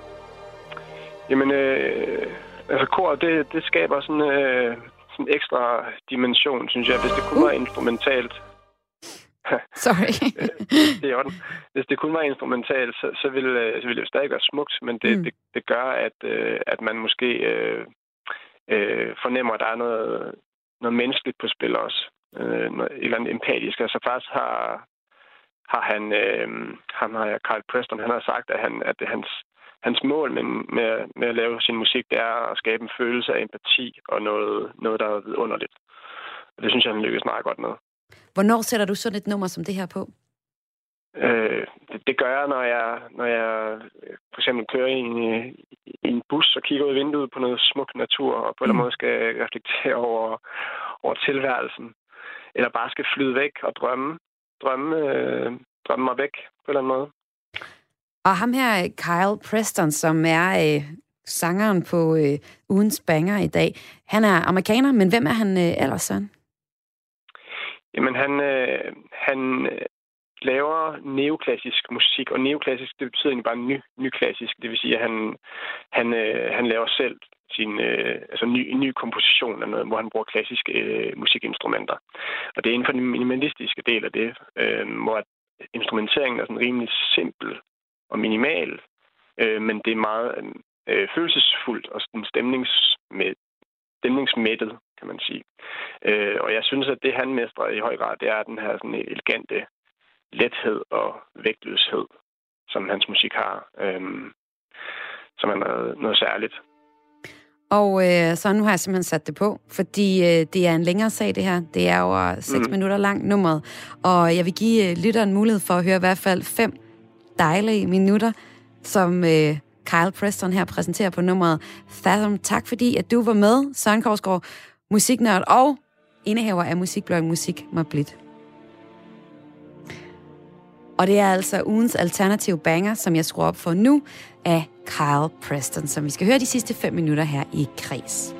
Jamen, øh, altså koret, det, det skaber sådan øh, sådan en ekstra dimension, synes jeg, hvis det kun uh. var instrumentalt. Sorry. Det er orden. Hvis det kun var instrumentalt, så, så, ville, så ville det jo stadig være smukt, men det, mm. det, det gør, at, at man måske øh, øh, fornemmer, at der er noget, noget menneskeligt på spil også. Øh, noget, et eller andet empatisk. Altså faktisk har, har han, øh, ham har Kyle Preston, han har sagt, at, han, at det hans, hans mål med, med, med at lave sin musik, det er at skabe en følelse af empati og noget, noget der er vidunderligt. Og det synes jeg, han lykkes meget godt med. Hvornår sætter du sådan et nummer som det her på? Øh, det, det gør jeg, når jeg, når jeg for eksempel kører i en, i en bus og kigger ud i vinduet på noget smuk natur, og på en eller anden måde skal reflektere over, over tilværelsen. Eller bare skal flyde væk og drømme. Drømme, øh, drømme mig væk på en eller anden måde. Og ham her, Kyle Preston, som er øh, sangeren på øh, ugens banger i dag, han er amerikaner, men hvem er han øh, ellers, Søren? Jamen, han, øh, han laver neoklassisk musik, og neoklassisk, det betyder egentlig bare ny, nyklassisk. Det vil sige, at han, han, øh, han laver selv sin øh, altså ny, ny komposition af noget, hvor han bruger klassiske øh, musikinstrumenter. Og det er inden for den minimalistiske del af det, øh, hvor instrumenteringen er sådan rimelig simpel og minimal, øh, men det er meget øh, følelsesfuldt og sådan stemningsmæt, stemningsmættet, kan man sige. Øh, og jeg synes, at det, han mestrer i høj grad, det er den her sådan elegante lethed og vægtløshed, som hans musik har, øh, som er noget, noget særligt. Og øh, så nu har jeg simpelthen sat det på, fordi øh, det er en længere sag, det her. Det er over seks mm. minutter langt nummeret, og jeg vil give øh, lytteren mulighed for at høre i hvert fald fem dejlige minutter, som øh, Kyle Preston her præsenterer på nummeret Fathom. Tak fordi, at du var med, Søren Korsgaard, musiknørd og indehaver af musikbloggen Musik Mig Blidt. Og det er altså ugens alternative banger, som jeg skruer op for nu, af Kyle Preston, som vi skal høre de sidste fem minutter her i Kreds.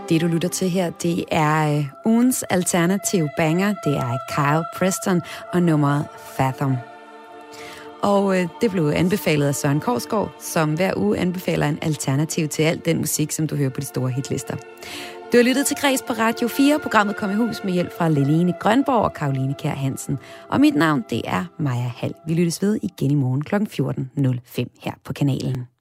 Det, du lytter til her, det er øh, ugens alternative banger. Det er Kyle Preston og nummeret Fathom. Og øh, det blev anbefalet af Søren Korsgaard, som hver uge anbefaler en alternativ til al den musik, som du hører på de store hitlister. Du har lyttet til Græs på Radio fire. Programmet kom i hus med hjælp fra Lene Grønborg og Karoline Kjær Hansen. Og mit navn, det er Maja Hall. Vi lyttes ved igen i morgen klokken fjorten nul fem her på kanalen.